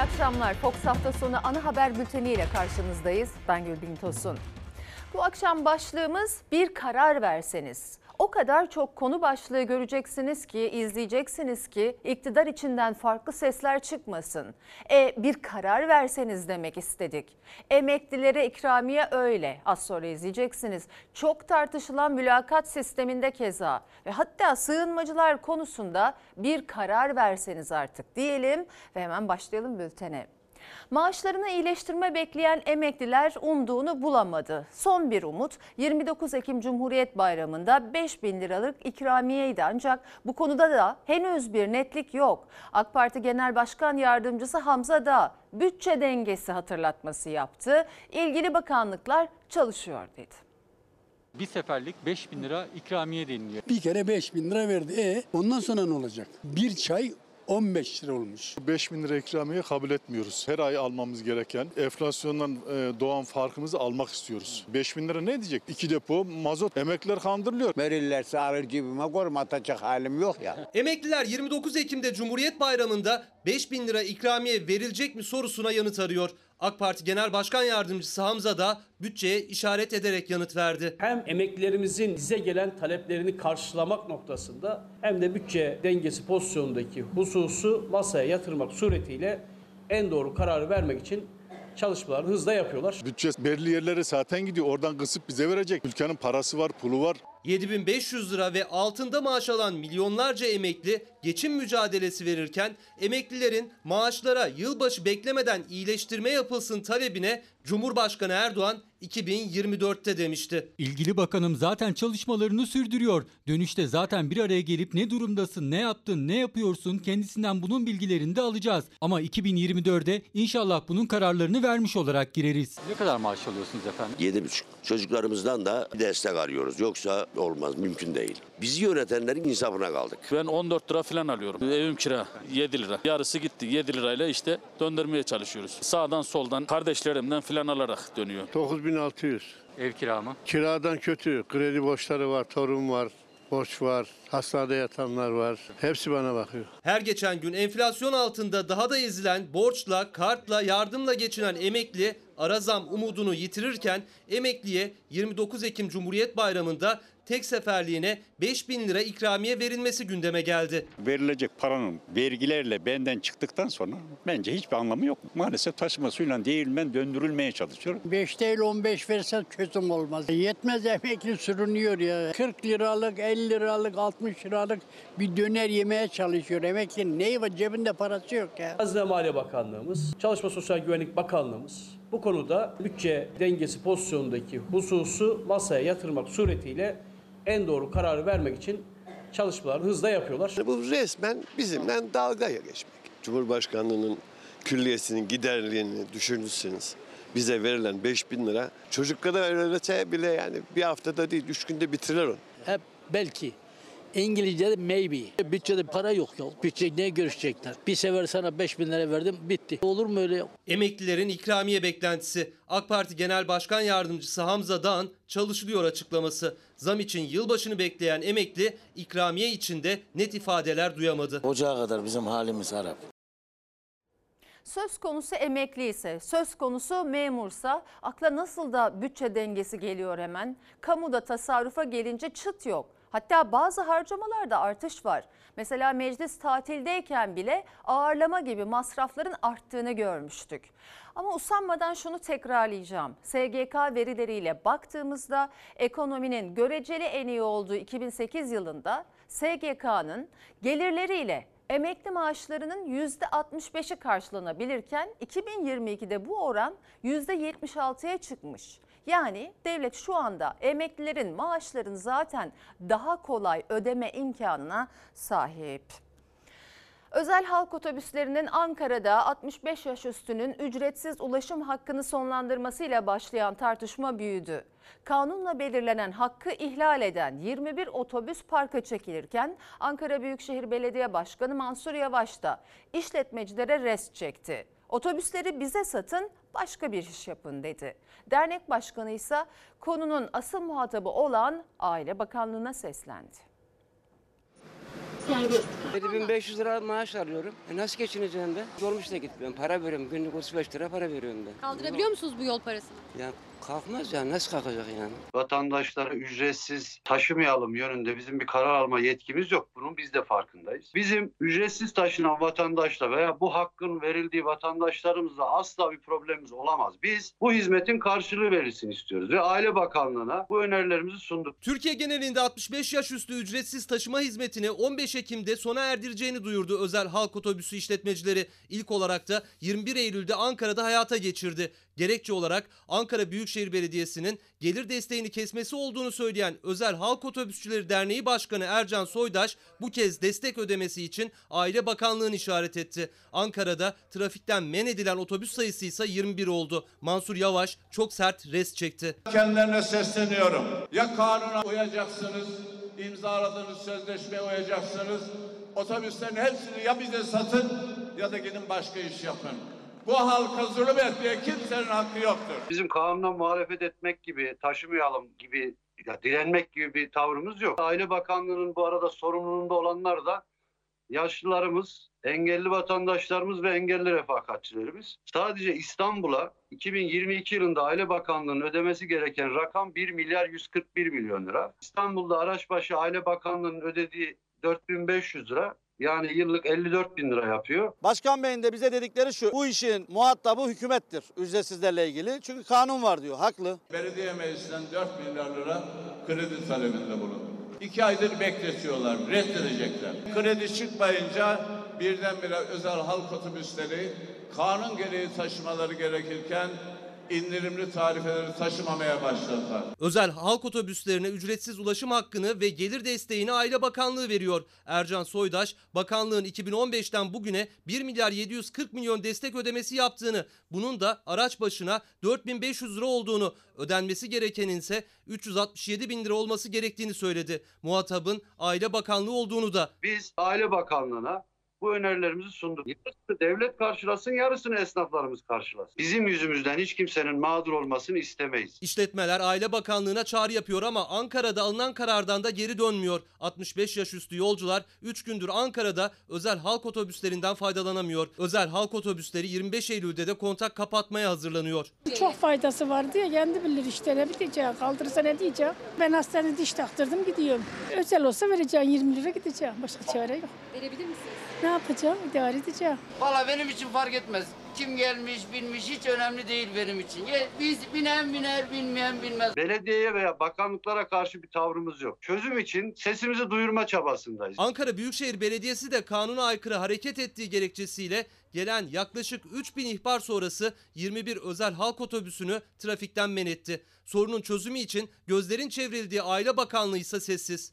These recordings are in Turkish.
akşamlar. Fox hafta sonu ana haber bülteniyle karşınızdayız. Ben Gülbin Tosun. Bu akşam başlığımız bir karar verseniz. O kadar çok konu başlığı göreceksiniz ki, izleyeceksiniz ki iktidar içinden farklı sesler çıkmasın. Bir karar verseniz demek istedik. Emeklilere ikramiye öyle. Az sonra izleyeceksiniz. Çok tartışılan mülakat sisteminde keza ve hatta sığınmacılar konusunda bir karar verseniz artık diyelim ve hemen başlayalım bültene. Maaşlarını iyileştirme bekleyen emekliler umduğunu bulamadı. Son bir umut 29 Ekim Cumhuriyet Bayramı'nda 5.000 liralık ikramiyeydi ancak bu konuda da henüz bir netlik yok. AK Parti Genel Başkan Yardımcısı Hamza Dağ bütçe dengesi hatırlatması yaptı. İlgili bakanlıklar çalışıyor dedi. Bir seferlik 5.000 lira ikramiye deniliyor. Bir kere 5.000 lira verdi. Ondan sonra ne olacak? Bir çay 15 lira olmuş. 5.000 lira ikramiye kabul etmiyoruz. Her ay almamız gereken enflasyondan doğan farkımızı almak istiyoruz. 5.000 lira ne diyecek? 2 depo mazot, emekliler kandırılıyor. Verirlerse alır cebime koyarım, atacak halim yok ya. Emekliler 29 Ekim'de Cumhuriyet Bayramı'nda 5.000 lira ikramiye verilecek mi sorusuna yanıt arıyor. AK Parti Genel Başkan Yardımcısı Hamza da bütçeye işaret ederek yanıt verdi. Hem emeklilerimizin bize gelen taleplerini karşılamak noktasında hem de bütçe dengesi pozisyonundaki hususu masaya yatırmak suretiyle en doğru kararı vermek için çalışmalarını hızla yapıyorlar. Bütçe belirli yerlere zaten gidiyor. Oradan kısıp bize verecek. Ülkenin parası var, pulu var. 7.500 lira ve altında maaş alan milyonlarca emekli geçim mücadelesi verirken emeklilerin maaşlara yılbaşı beklemeden iyileştirme yapılsın talebine Cumhurbaşkanı Erdoğan 2024'te demişti. İlgili bakanım zaten çalışmalarını sürdürüyor. Dönüşte zaten bir araya gelip ne durumdasın, ne yaptın, ne yapıyorsun kendisinden bunun bilgilerini de alacağız. Ama 2024'de inşallah bunun kararlarını vermiş olarak gireriz. Ne kadar maaş alıyorsunuz efendim? 7,5. Çocuklarımızdan da destek arıyoruz. Yoksa olmaz, mümkün değil. Bizi yönetenlerin insafına kaldık. Ben 14 lira falan alıyorum. Evim kira 7 lira. Yarısı gitti. 7 lirayla işte döndürmeye çalışıyoruz. Sağdan soldan kardeşlerimden falan alarak dönüyor. 9.600. Ev kira mı? Kiradan kötü. Kredi borçları var, torun var, borç var, hastanede yatanlar var. Hepsi bana bakıyor. Her geçen gün enflasyon altında daha da ezilen, borçla, kartla, yardımla geçinen emekli ara zam umudunu yitirirken emekliye 29 Ekim Cumhuriyet Bayramı'nda tek seferliğine 5.000 lira ikramiye verilmesi gündeme geldi. Verilecek paranın vergilerle benden çıktıktan sonra bence hiçbir anlamı yok. Maalesef taşıma suyla değirmen döndürülmeye çalışıyor. 5 değil 15 versen çözüm olmaz. Yetmez, emekli sürünüyor ya. 40 liralık, 50 liralık, 60 liralık bir döner yemeye çalışıyor. Emekli neyi var, cebinde parası yok ya. Hazine Maliye Bakanlığımız, Çalışma Sosyal Güvenlik Bakanlığımız bu konuda bütçe dengesi pozisyonundaki hususu masaya yatırmak suretiyle en doğru kararı vermek için çalışmalarını hızla yapıyorlar. Bu resmen bizimle dalga geçmek. Cumhurbaşkanlığının külliyesinin giderliğini düşünürseniz bize verilen 5.000 lira çocuk kadar öğretse bile yani bir haftada değil 3 günde bitirir onu. Hep belki. İngilizce'de maybe. Bütçede para yok ya. Bütçe ne görüşecekler? Bir sefer sana 5.000 lira verdim, bitti. Olur mu öyle? Emeklilerin ikramiye beklentisi. AK Parti Genel Başkan Yardımcısı Hamza Dağ'ın çalışılıyor açıklaması. Zam için yılbaşını bekleyen emekli ikramiye içinde net ifadeler duyamadı. Ocağa kadar bizim halimiz harap. Söz konusu emekli ise, söz konusu memursa akla nasıl da bütçe dengesi geliyor hemen. Kamuda tasarrufa gelince çıt yok. Hatta bazı harcamalarda artış var. Mesela meclis tatildeyken bile ağırlama gibi masrafların arttığını görmüştük. Ama usanmadan şunu tekrarlayacağım. SGK verileriyle baktığımızda ekonominin göreceli en iyi olduğu 2008 yılında SGK'nın gelirleriyle emekli maaşlarının %65'i karşılanabilirken 2022'de bu oran %76'ya çıkmış. Yani devlet şu anda emeklilerin maaşlarını zaten daha kolay ödeme imkanına sahip. Özel halk otobüslerinin Ankara'da 65 yaş üstünün ücretsiz ulaşım hakkını sonlandırmasıyla başlayan tartışma büyüdü. Kanunla belirlenen hakkı ihlal eden 21 otobüs parka çekilirken Ankara Büyükşehir Belediye Başkanı Mansur Yavaş da işletmecilere rest çekti. Otobüsleri bize satın, başka bir iş yapın dedi. Dernek başkanı ise konunun asıl muhatabı olan Aile Bakanlığı'na seslendi. Yani 7500 lira maaş alıyorum. Nasıl geçineceğim ben? Dolmuşta gitmiyorum. Para veriyorum. Günlük 35 lira para veriyorum ben. Kaldırabiliyor musunuz bu yol parasını? Ya kalkmaz ya. Nasıl kalkacak yani? Vatandaşları ücretsiz taşımayalım yönünde bizim bir karar alma yetkimiz yok. Bunun biz de farkındayız. Bizim ücretsiz taşınan vatandaşla veya bu hakkın verildiği vatandaşlarımızla asla bir problemimiz olamaz. Biz bu hizmetin karşılığı verilsin istiyoruz ve Aile Bakanlığı'na bu önerilerimizi sunduk. Türkiye genelinde 65 yaş üstü ücretsiz taşıma hizmetini 15 Ekim'de sona erdireceğini duyurdu özel halk otobüsü işletmecileri. İlk olarak da 21 Eylül'de Ankara'da hayata geçirdi. Gerekçe olarak Ankara Büyükşehir Belediyesi'nin gelir desteğini kesmesi olduğunu söyleyen Özel Halk Otobüsçüleri Derneği Başkanı Ercan Soydaş bu kez destek ödemesi için Aile Bakanlığı'nı işaret etti. Ankara'da trafikten men edilen otobüs sayısı ise 21 oldu. Mansur Yavaş çok sert rest çekti. Kendilerine sesleniyorum. Ya kanuna uyacaksınız, imzaladığınız sözleşmeye uyacaksınız. Otobüslerin hepsini ya bize satın ya da gidin başka iş yapın. Bu halka zulüm etmeye kimsenin hakkı yoktur. Bizim kanuna muhalefet etmek gibi, taşımayalım gibi, direnmek gibi bir tavrımız yok. Aile Bakanlığı'nın bu arada sorumluluğunda olanlar da yaşlılarımız, engelli vatandaşlarımız ve engelli refakatçilerimiz. Sadece İstanbul'a 2022 yılında Aile Bakanlığı'nın ödemesi gereken rakam 1 milyar 141 milyon lira. İstanbul'da araç başı Aile Bakanlığı'nın ödediği 4500 lira. Yani yıllık 54 bin lira yapıyor. Başkan Bey'in de bize dedikleri şu: bu işin muhatabı hükümettir ücretsizlerle ilgili. Çünkü kanun var diyor. Haklı. Belediye meclisinden 4 milyar lira kredi talebinde bulundu. 2 aydır bekletiyorlar, reddedecekler. Kredi çıkmayınca birdenbire özel halk otobüsleri kanun gereği taşımaları gerekirken indirimli tarifeleri taşımamaya başladılar. Özel halk otobüslerine ücretsiz ulaşım hakkını ve gelir desteğini Aile Bakanlığı veriyor. Ercan Soydaş, bakanlığın 2015'ten bugüne 1 milyar 740 milyon destek ödemesi yaptığını, bunun da araç başına 4500 lira olduğunu, ödenmesi gerekenin ise 367 bin lira olması gerektiğini söyledi. Muhatabın Aile Bakanlığı olduğunu da. Biz Aile Bakanlığı'na bu önerilerimizi sunduk. Yarısını devlet karşılasın, yarısını esnaflarımız karşılasın. Bizim yüzümüzden hiç kimsenin mağdur olmasını istemeyiz. İşletmeler Aile Bakanlığı'na çağrı yapıyor ama Ankara'da alınan karardan da geri dönmüyor. 65 yaş üstü yolcular 3 gündür Ankara'da özel halk otobüslerinden faydalanamıyor. Özel halk otobüsleri 25 Eylül'de de kontak kapatmaya hazırlanıyor. Çok faydası var diye kendi bilir işte, ne diyeceğim, kaldırırsa ne diyeceğim. Ben hastanede diş taktırdım, gidiyorum. Özel olsa vereceğim 20 lira, gideceğim. Başka çare yok. Verebilir misiniz? Ne yapacağım? İdare edeceğim. Valla benim için fark etmez. Kim gelmiş, binmiş hiç önemli değil benim için. Biz binen biner, binmeyen binmez. Belediyeye veya bakanlıklara karşı bir tavrımız yok. Çözüm için sesimizi duyurma çabasındayız. Ankara Büyükşehir Belediyesi de kanuna aykırı hareket ettiği gerekçesiyle gelen yaklaşık 3000 ihbar sonrası 21 özel halk otobüsünü trafikten men etti. Sorunun çözümü için gözlerin çevrildiği Aile Bakanlığı ise sessiz.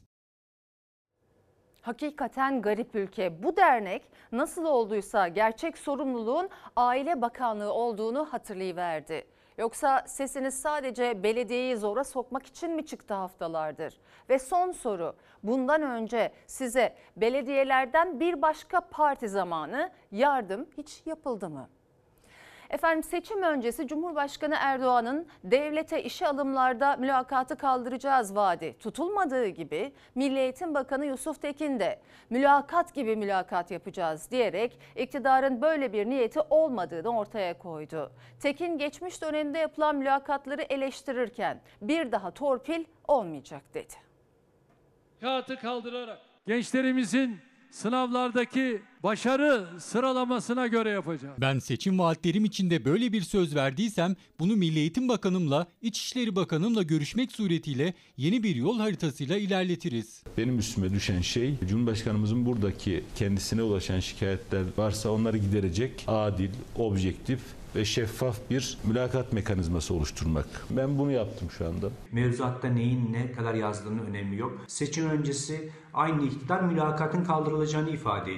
Hakikaten garip ülke. Bu dernek nasıl olduysa gerçek sorumluluğun Aile Bakanlığı olduğunu hatırlayıverdi. Yoksa sesiniz sadece belediyeyi zora sokmak için mi çıktı haftalardır? Ve son soru, bundan önce size belediyelerden bir başka parti zamanı yardım hiç yapıldı mı? Efendim, seçim öncesi Cumhurbaşkanı Erdoğan'ın devlete işe alımlarda mülakatı kaldıracağız vaadi tutulmadığı gibi Milli Eğitim Bakanı Yusuf Tekin de mülakat gibi mülakat yapacağız diyerek iktidarın böyle bir niyeti olmadığını ortaya koydu. Tekin geçmiş dönemde yapılan mülakatları eleştirirken bir daha torpil olmayacak dedi. Mülakatı kaldırarak gençlerimizin sınavlardaki başarı sıralamasına göre yapacağım. Ben seçim vaatlerim içinde böyle bir söz verdiysem bunu Milli Eğitim Bakanımla, İçişleri Bakanımla görüşmek suretiyle yeni bir yol haritasıyla ilerletiriz. Benim üstüme düşen şey Cumhurbaşkanımızın buradaki kendisine ulaşan şikayetler varsa onları giderecek adil, objektif ve şeffaf bir mülakat mekanizması oluşturmak. Ben bunu yaptım şu anda. Mevzuatta neyin ne kadar yazdığının önemi yok. Seçim öncesi aynı iktidar mülakatın kaldırılacağını ifade ediyordu.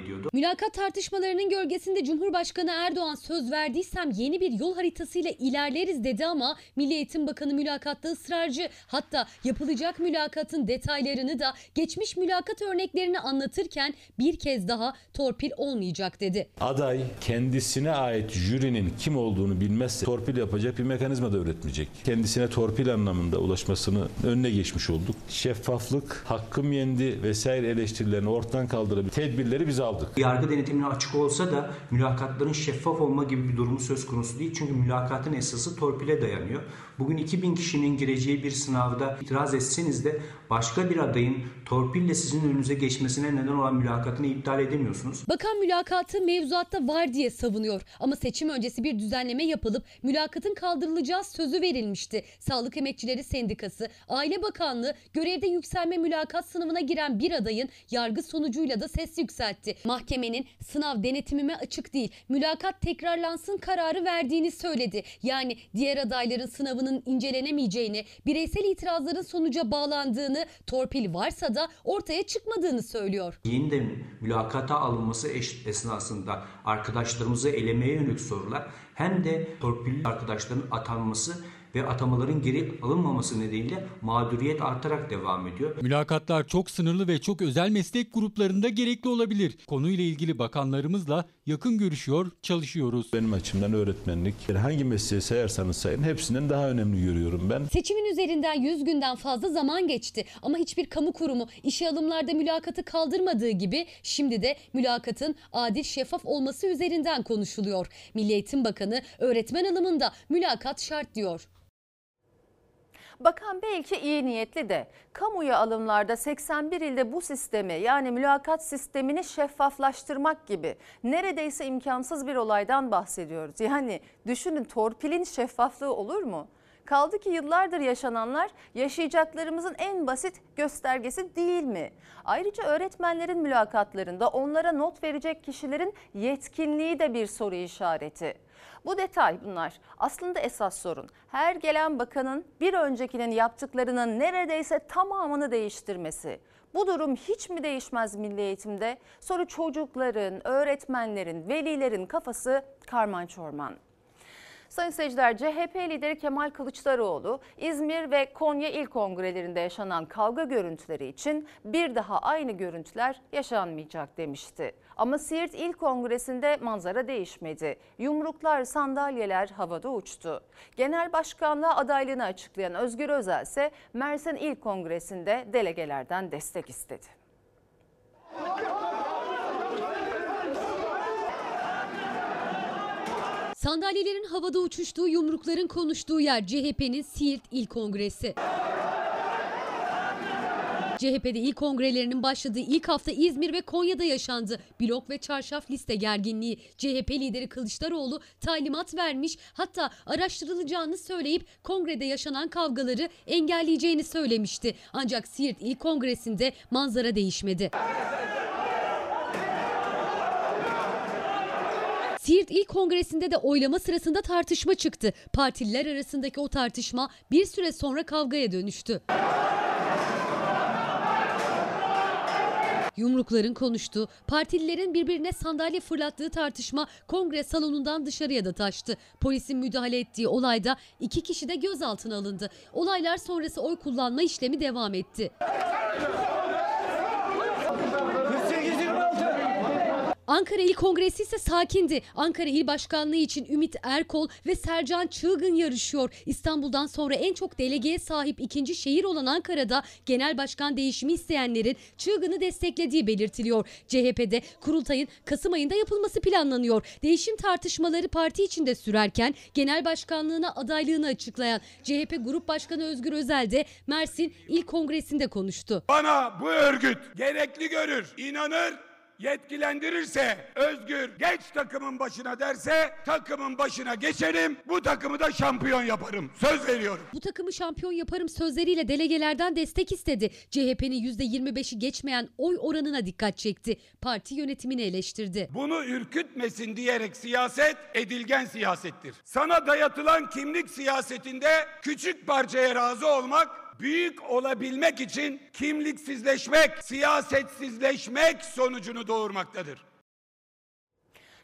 Mülakat tartışmalarının gölgesinde Cumhurbaşkanı Erdoğan söz verdiysem yeni bir yol haritasıyla ilerleriz dedi ama Milli Eğitim Bakanı mülakatta ısrarcı. Hatta yapılacak mülakatın detaylarını da geçmiş mülakat örneklerini anlatırken bir kez daha torpil olmayacak dedi. Aday kendisine ait jürinin kim olduğunu bilmezse torpil yapacak bir mekanizma da üretmeyecek. Kendisine torpil anlamında ulaşmasını önüne geçmiş olduk. Şeffaflık, hakkım yendi vesaire eleştirilerini ortadan kaldırıp tedbirleri biz aldık. Yargı denetimine açık olsa da mülakatların şeffaf olma gibi bir durumu söz konusu değil. Çünkü mülakatın esası torpile dayanıyor. Bugün 2000 kişinin gireceği bir sınavda itiraz etseniz de başka bir adayın torpille sizin önünüze geçmesine neden olan mülakatını iptal edemiyorsunuz. Bakan mülakatı mevzuatta var diye savunuyor ama seçim öncesi bir düzenleme yapılıp mülakatın kaldırılacağı sözü verilmişti. Sağlık Emekçileri Sendikası, Aile Bakanlığı görevde yükselme mülakat sınavına giren bir adayın yargı sonucuyla da ses yükseltti. Mahkemenin sınav denetimime açık değil, mülakat tekrarlansın kararı verdiğini söyledi. Yani diğer adayların sınavının incelenemeyeceğini, bireysel itirazların sonuca bağlandığını, torpil varsa da ortaya çıkmadığını söylüyor. Yeniden mülakata alınması esnasında arkadaşlarımızı elemeye yönelik sorular hem de torpilli arkadaşların atanması ve atamaların geri alınmaması nedeniyle mağduriyet artarak devam ediyor. Mülakatlar çok sınırlı ve çok özel meslek gruplarında gerekli olabilir. Konuyla ilgili bakanlarımızla yakın görüşüyor, çalışıyoruz. Benim açımdan öğretmenlik, hangi mesleği sayarsanız sayın hepsinden daha önemli görüyorum ben. Seçimin üzerinden 100 günden fazla zaman geçti ama hiçbir kamu kurumu işe alımlarda mülakatı kaldırmadığı gibi şimdi de mülakatın adil, şeffaf olması üzerinden konuşuluyor. Milli Eğitim Bakanı öğretmen alımında mülakat şart diyor. Bakan belki iyi niyetli de kamuya alımlarda 81 ilde bu sistemi yani mülakat sistemini şeffaflaştırmak gibi neredeyse imkansız bir olaydan bahsediyoruz. Yani düşünün, torpilin şeffaflığı olur mu? Kaldı ki yıllardır yaşananlar yaşayacaklarımızın en basit göstergesi değil mi? Ayrıca öğretmenlerin mülakatlarında onlara not verecek kişilerin yetkinliği de bir soru işareti. Bu detay bunlar. Aslında esas sorun her gelen bakanın bir öncekinin yaptıklarının neredeyse tamamını değiştirmesi. Bu durum hiç mi değişmez milli eğitimde? Soru çocukların, öğretmenlerin, velilerin kafası karman çorman. Sayın seyirciler, CHP lideri Kemal Kılıçdaroğlu, İzmir ve Konya İl Kongrelerinde yaşanan kavga görüntüleri için bir daha aynı görüntüler yaşanmayacak demişti. Ama Siirt İl Kongresi'nde manzara değişmedi. Yumruklar, sandalyeler havada uçtu. Genel başkanlığa adaylığını açıklayan Özgür Özel ise Mersin İl Kongresi'nde delegelerden destek istedi. Sandalyelerin havada uçuştuğu, yumrukların konuştuğu yer CHP'nin Siirt İl Kongresi. CHP'de il kongrelerinin başladığı ilk hafta İzmir ve Konya'da yaşandı. Blok ve çarşaf liste gerginliği. CHP lideri Kılıçdaroğlu talimat vermiş, hatta araştırılacağını söyleyip kongrede yaşanan kavgaları engelleyeceğini söylemişti. Ancak Siirt İl Kongresi'nde manzara değişmedi. Siirt İl Kongresi'nde de oylama sırasında tartışma çıktı. Partililer arasındaki o tartışma bir süre sonra kavgaya dönüştü. Yumrukların konuştuğu, partililerin birbirine sandalye fırlattığı tartışma kongre salonundan dışarıya da taştı. Polisin müdahale ettiği olayda 2 kişi de gözaltına alındı. Olaylar sonrası oy kullanma işlemi devam etti. Ankara İl Kongresi ise sakindi. Ankara İl Başkanlığı için Ümit Erkol ve Sercan Çılgın yarışıyor. İstanbul'dan sonra en çok delegeye sahip ikinci şehir olan Ankara'da genel başkan değişimi isteyenlerin Çılgın'ı desteklediği belirtiliyor. CHP'de kurultayın Kasım ayında yapılması planlanıyor. Değişim tartışmaları parti içinde sürerken genel başkanlığına adaylığını açıklayan CHP Grup Başkanı Özgür Özel de Mersin İl Kongresi'nde konuştu. Bana bu örgüt gerekli görür, inanır, yetkilendirirse Özgür geç takımın başına derse takımın başına geçerim, bu takımı da şampiyon yaparım. Söz veriyorum. Bu takımı şampiyon yaparım sözleriyle delegelerden destek istedi. CHP'nin %25'i geçmeyen oy oranına dikkat çekti. Parti yönetimini eleştirdi. Bunu ürkütmesin diyerek siyaset edilgen siyasettir. Sana dayatılan kimlik siyasetinde küçük parçaya razı olmak, büyük olabilmek için kimliksizleşmek, siyasetsizleşmek sonucunu doğurmaktadır.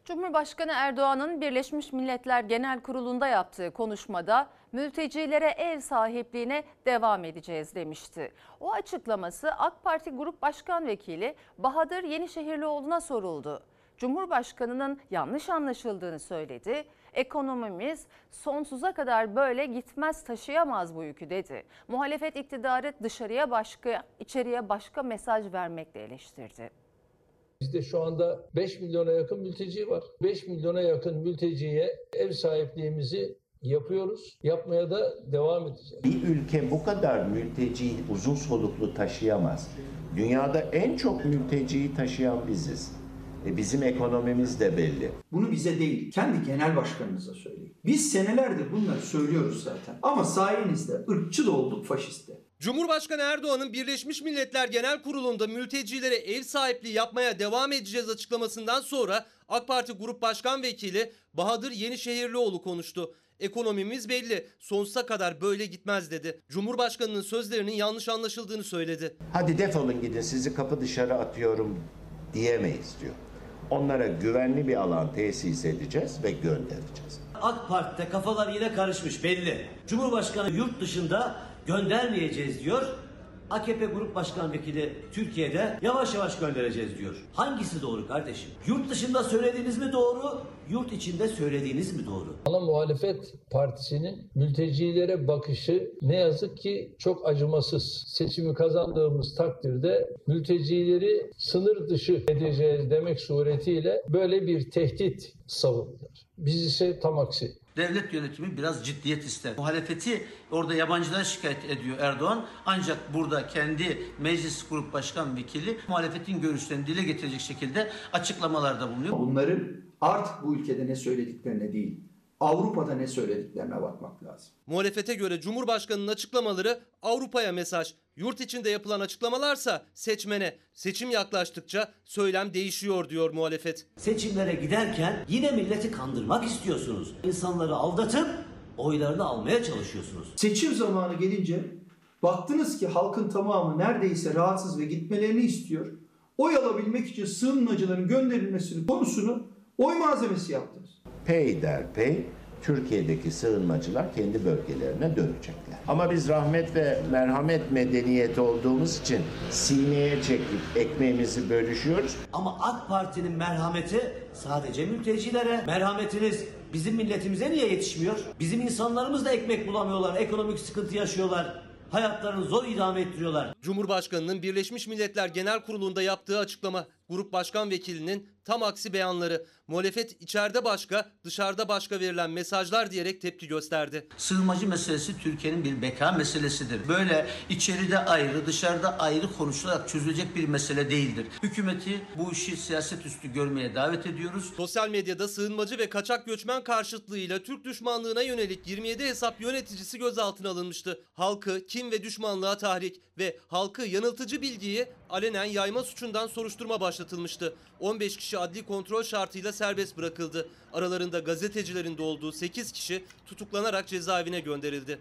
Cumhurbaşkanı Erdoğan'ın Birleşmiş Milletler Genel Kurulu'nda yaptığı konuşmada mültecilere ev sahipliğine devam edeceğiz demişti. O açıklaması AK Parti Grup Başkan Vekili Bahadır Yenişehirlioğlu'na soruldu. Cumhurbaşkanının yanlış anlaşıldığını söyledi. Ekonomimiz sonsuza kadar böyle gitmez, taşıyamaz bu yükü dedi. Muhalefet iktidarı dışarıya başka, içeriye başka mesaj vermekle eleştirdi. Bizde şu anda 5 milyona yakın mülteci var. 5 milyona yakın mülteciye ev sahipliğimizi yapıyoruz. Yapmaya da devam edeceğiz. Bir ülke bu kadar mülteciyi uzun soluklu taşıyamaz. Dünyada en çok mülteciyi taşıyan biziz. Bizim ekonomimiz de belli. Bunu bize değil, kendi genel başkanınıza söyleyin. Biz senelerdir bunları söylüyoruz zaten. Ama sayenizde ırkçı da olduk, faşist de. Cumhurbaşkanı Erdoğan'ın Birleşmiş Milletler Genel Kurulu'nda mültecilere ev sahipliği yapmaya devam edeceğiz açıklamasından sonra AK Parti Grup Başkan Vekili Bahadır Yenişehirlioğlu konuştu. Ekonomimiz belli, sonsuza kadar böyle gitmez dedi. Cumhurbaşkanının sözlerinin yanlış anlaşıldığını söyledi. Hadi defolun gidin, sizi kapı dışarı atıyorum diyemeyiz diyor. Onlara güvenli bir alan tesis edeceğiz ve göndereceğiz. AK Parti'de kafalar yine karışmış belli. Cumhurbaşkanı yurt dışında göndermeyeceğiz diyor. AKP Grup Başkan Vekili Türkiye'de yavaş yavaş göndereceğiz diyor. Hangisi doğru kardeşim? Yurt dışında söylediğiniz mi doğru, yurt içinde söylediğiniz mi doğru? Ana muhalefet partisinin mültecilere bakışı ne yazık ki çok acımasız. Seçimi kazandığımız takdirde mültecileri sınır dışı edeceğiz demek suretiyle böyle bir tehdit savundular. Biz ise tam aksi. Devlet yönetimi biraz ciddiyet ister. Muhalefeti orada yabancılara şikayet ediyor Erdoğan. Ancak burada kendi meclis grup başkan vekili muhalefetin görüşlerini dile getirecek şekilde açıklamalarda bulunuyor. Bunların artık bu ülkede ne söylediklerine değil, Avrupa'da ne söylediklerine bakmak lazım. Muhalefete göre Cumhurbaşkanı'nın açıklamaları Avrupa'ya mesaj. Yurt içinde yapılan açıklamalarsa seçmene. Seçim yaklaştıkça söylem değişiyor diyor muhalefet. Seçimlere giderken yine milleti kandırmak istiyorsunuz. İnsanları aldatıp oylarını almaya çalışıyorsunuz. Seçim zamanı gelince baktınız ki halkın tamamı neredeyse rahatsız ve gitmelerini istiyor. Oy alabilmek için sığınmacıların gönderilmesini konusunu oy malzemesi yaptınız. Peyderpey Türkiye'deki sığınmacılar kendi bölgelerine dönecekler. Ama biz rahmet ve merhamet medeniyeti olduğumuz için sineye çekip ekmeğimizi bölüşüyoruz. Ama AK Parti'nin merhameti sadece mültecilere. Merhametiniz bizim milletimize niye yetişmiyor? Bizim insanlarımız da ekmek bulamıyorlar, ekonomik sıkıntı yaşıyorlar. Hayatlarını zor idame ettiriyorlar. Cumhurbaşkanının Birleşmiş Milletler Genel Kurulu'nda yaptığı açıklama, Grup Başkan Vekilinin tam aksi beyanları, muhalefet içeride başka, dışarıda başka verilen mesajlar diyerek tepki gösterdi. Sığınmacı meselesi Türkiye'nin bir beka meselesidir. Böyle içeride ayrı, dışarıda ayrı konuşularak çözülecek bir mesele değildir. Hükümeti bu işi siyaset üstü görmeye davet ediyoruz. Sosyal medyada sığınmacı ve kaçak göçmen karşıtlığıyla Türk düşmanlığına yönelik 27 hesap yöneticisi gözaltına alınmıştı. Halkı kin ve düşmanlığa tahrik ve halkı yanıltıcı bilgiyi alenen yayma suçundan soruşturma başlatılmıştı. 15 kişi adli kontrol şartıyla serbest bırakıldı. Aralarında gazetecilerin de olduğu 8 kişi tutuklanarak cezaevine gönderildi.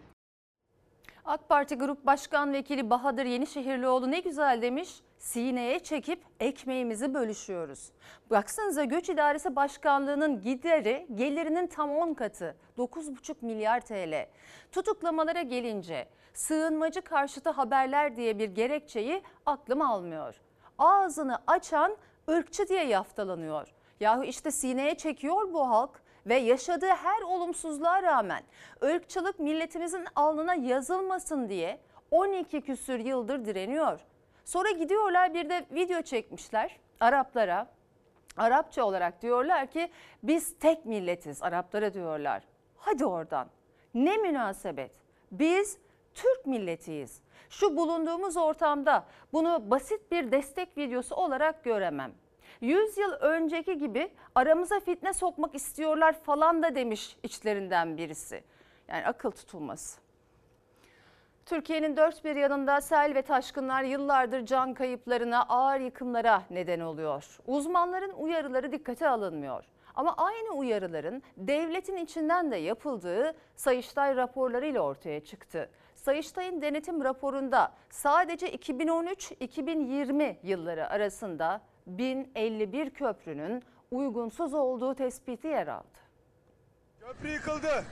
AK Parti Grup Başkan Vekili Bahadır Yenişehirlioğlu ne güzel demiş. Sineye çekip ekmeğimizi bölüşüyoruz. Baksanıza Göç İdaresi Başkanlığı'nın gelirinin tam 10 katı. 9,5 milyar TL. Tutuklamalara gelince sığınmacı karşıtı haberler diye bir gerekçeyi aklım almıyor. Ağzını açan ırkçı diye yaftalanıyor. Yahu işte sineye çekiyor bu halk ve yaşadığı her olumsuzluğa rağmen ırkçılık milletimizin alnına yazılmasın diye 12 küsür yıldır direniyor. Sonra gidiyorlar bir de video çekmişler Araplara. Arapça olarak diyorlar ki biz tek milletiz, Araplara diyorlar. Hadi oradan. Ne münasebet. Biz Türk milletiyiz. Şu bulunduğumuz ortamda bunu basit bir destek videosu olarak göremem. 100 yıl önceki gibi aramıza fitne sokmak istiyorlar falan da demiş içlerinden birisi. Yani akıl tutulması. Türkiye'nin dört bir yanında sel ve taşkınlar yıllardır can kayıplarına, ağır yıkımlara neden oluyor. Uzmanların uyarıları dikkate alınmıyor. Ama aynı uyarıların devletin içinden de yapıldığı Sayıştay raporlarıyla ortaya çıktı. Sayıştay'ın denetim raporunda sadece 2013-2020 yılları arasında 1051 köprünün uygunsuz olduğu tespiti yer aldı. Köprü yıkıldı.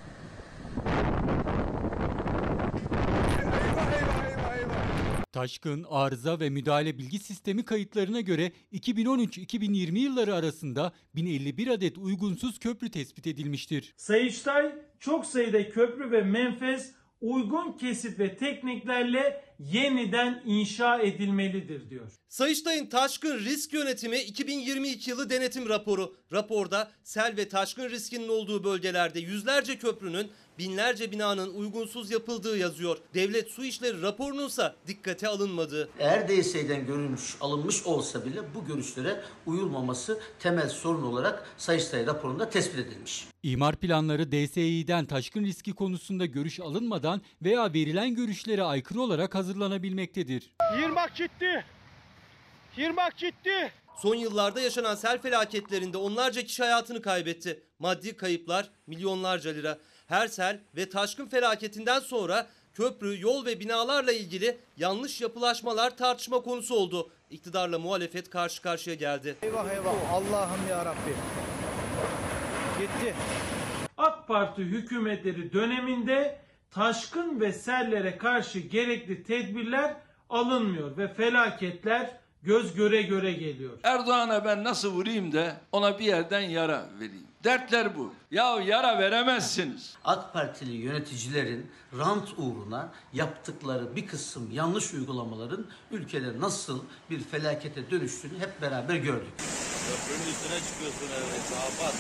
Taşkın, arıza ve müdahale bilgi sistemi kayıtlarına göre 2013-2020 yılları arasında 1051 adet uygunsuz köprü tespit edilmiştir. Sayıştay çok sayıda köprü ve menfez uygun kesit ve tekniklerle yeniden inşa edilmelidir diyor. Sayıştay'ın taşkın risk yönetimi 2022 yılı denetim raporu. Raporda sel ve taşkın riskinin olduğu bölgelerde yüzlerce köprünün, binlerce binanın uygunsuz yapıldığı yazıyor. Devlet Su İşleri raporununsa dikkate alınmadığı. Eğer DSE'den görülmüş, alınmış olsa bile bu görüşlere uyulmaması temel sorun olarak Sayıştay raporunda tespit edilmiş. İmar planları DSİ'den taşkın riski konusunda görüş alınmadan veya verilen görüşlere aykırı olarak hazırlanabilmektedir. Yırmak gitti. Yırmak gitti. Son yıllarda yaşanan sel felaketlerinde onlarca kişi hayatını kaybetti. Maddi kayıplar milyonlarca lira. Her sel ve taşkın felaketinden sonra köprü, yol ve binalarla ilgili yanlış yapılaşmalar tartışma konusu oldu. İktidarla muhalefet karşı karşıya geldi. Eyvah eyvah Allah'ım ya Rabbi. Gitti. AK Parti hükümetleri döneminde taşkın ve sellere karşı gerekli tedbirler alınmıyor ve felaketler göz göre göre geliyor. Erdoğan'a ben nasıl vurayım da ona bir yerden yara vereyim. Dertler bu. Ya yara veremezsiniz. AK Partili yöneticilerin rant uğruna yaptıkları bir kısım yanlış uygulamaların ülkede nasıl bir felakete dönüştüğünü hep beraber gördük. Köprünün üstüne çıkıyorsun evet.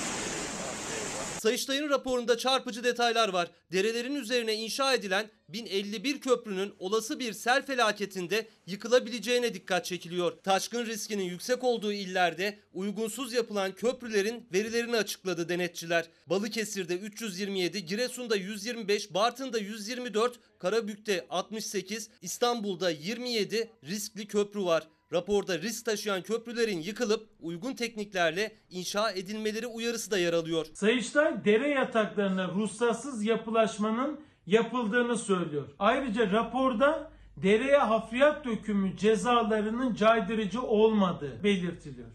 Sayıştay'ın raporunda çarpıcı detaylar var. Derelerin üzerine inşa edilen 1051 köprünün olası bir sel felaketinde yıkılabileceğine dikkat çekiliyor. Taşkın riskinin yüksek olduğu illerde uygunsuz yapılan köprülerin verilerini açıkladı denetçiler. Balıkesir'de 327, Giresun'da 125, Bartın'da 124, Karabük'te 68, İstanbul'da 27 riskli köprü var. Raporda risk taşıyan köprülerin yıkılıp uygun tekniklerle inşa edilmeleri uyarısı da yer alıyor. Sayıştay dere yataklarına ruhsatsız yapılaşmanın yapıldığını söylüyor. Ayrıca raporda dereye hafriyat dökümü cezalarının caydırıcı olmadığı belirtiliyor.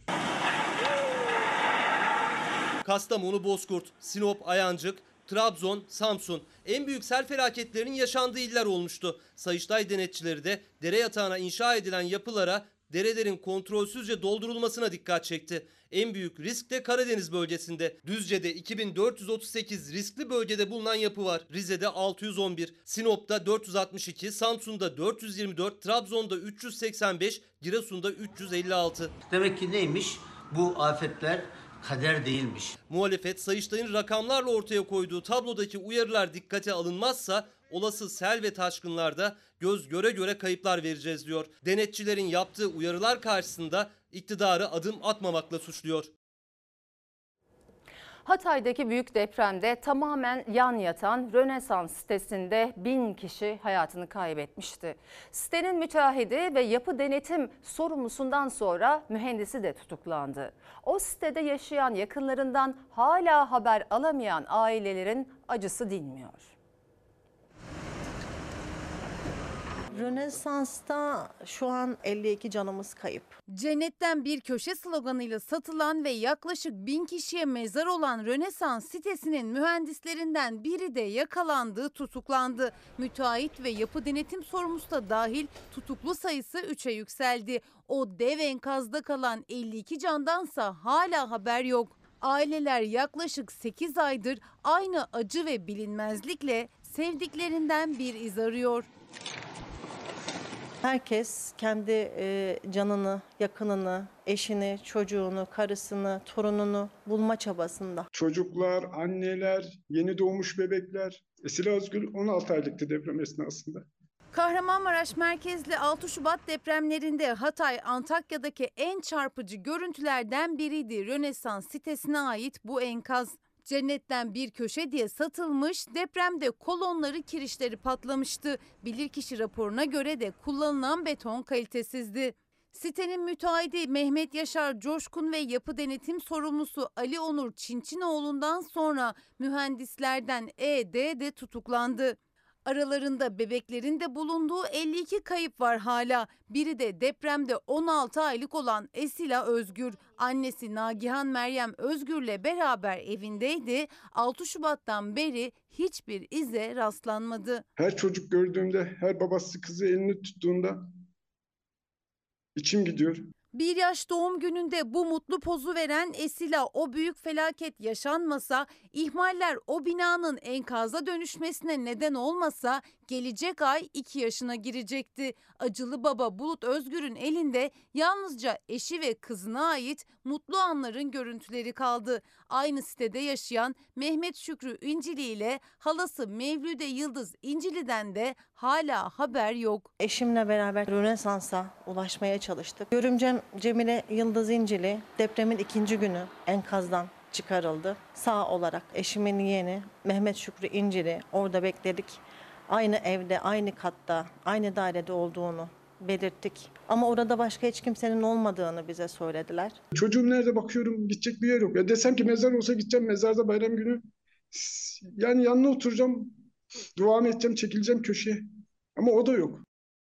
Kastamonu, Bozkurt, Sinop, Ayancık, Trabzon, Samsun en büyük sel felaketlerinin yaşandığı iller olmuştu. Sayıştay denetçileri de dere yatağına inşa edilen yapılara derelerin kontrolsüzce doldurulmasına dikkat çekti. En büyük risk de Karadeniz bölgesinde. Düzce'de 2438 riskli bölgede bulunan yapı var. Rize'de 611, Sinop'ta 462, Samsun'da 424, Trabzon'da 385, Giresun'da 356. Demek ki neymiş? Bu afetler kader değilmiş. Muhalefet Sayıştay'ın rakamlarla ortaya koyduğu tablodaki uyarılar dikkate alınmazsa olası sel ve taşkınlarda göz göre göre kayıplar vereceğiz diyor. Denetçilerin yaptığı uyarılar karşısında iktidarı adım atmamakla suçluyor. Hatay'daki büyük depremde tamamen yan yatan Rönesans sitesinde 1000 kişi hayatını kaybetmişti. Sitenin müteahhidi ve yapı denetim sorumlusundan sonra mühendisi de tutuklandı. O sitede yaşayan yakınlarından hala haber alamayan ailelerin acısı dinmiyor. Rönesans'ta şu an 52 canımız kayıp. Cennetten bir köşe sloganıyla satılan ve yaklaşık 1000 kişiye mezar olan Rönesans sitesinin mühendislerinden biri de yakalandı, tutuklandı. Müteahhit ve yapı denetim sorumlusu da dahil tutuklu sayısı 3'e yükseldi. O dev enkazda kalan 52 candansa hala haber yok. Aileler yaklaşık 8 aydır aynı acı ve bilinmezlikle sevdiklerinden bir iz arıyor. Herkes kendi canını, yakınını, eşini, çocuğunu, karısını, torununu bulma çabasında. Çocuklar, anneler, yeni doğmuş bebekler. Esila Özgül 16 aylıktı deprem esnasında. Kahramanmaraş merkezli 6 Şubat depremlerinde Hatay, Antakya'daki en çarpıcı görüntülerden biriydi Rönesans sitesine ait bu enkaz. Cennetten bir köşe diye satılmış, depremde kolonları, kirişleri patlamıştı. Bilirkişi raporuna göre de kullanılan beton kalitesizdi. Sitenin müteahhidi Mehmet Yaşar Coşkun ve yapı denetim sorumlusu Ali Onur Çinçinoğlu'ndan sonra mühendislerden ED de tutuklandı. Aralarında bebeklerin de bulunduğu 52 kayıp var hala. Biri de depremde 16 aylık olan Esila Özgür. Annesi Nagihan Meryem Özgür'le beraber evindeydi. 6 Şubat'tan beri hiçbir ize rastlanmadı. Her çocuk gördüğümde, her babası kızı elini tuttuğunda içim gidiyor. 1 yaş doğum gününde bu mutlu pozu veren Esila, o büyük felaket yaşanmasa, ihmaller o binanın enkaza dönüşmesine neden olmasa gelecek ay 2 yaşına girecekti. Acılı baba Bulut Özgür'ün elinde yalnızca eşi ve kızına ait mutlu anların görüntüleri kaldı. Aynı sitede yaşayan Mehmet Şükrü İncili ile halası Mevlüde Yıldız İncili'den de hala haber yok. Eşimle beraber Rönesans'a ulaşmaya çalıştık. Görümcem Cemile Yıldız İncili depremin 2. günü enkazdan çıkarıldı. Sağ olarak eşimin yeğeni Mehmet Şükrü İncili orada bekledik. Aynı evde, aynı katta, aynı dairede olduğunu belirttik. Ama orada başka hiç kimsenin olmadığını bize söylediler. Çocuğum nerede bakıyorum, gidecek bir yer yok. Ya desem ki mezar olsa gideceğim, mezarda bayram günü yani yanına oturacağım, duamı edeceğim, çekileceğim köşeye. Ama o da yok.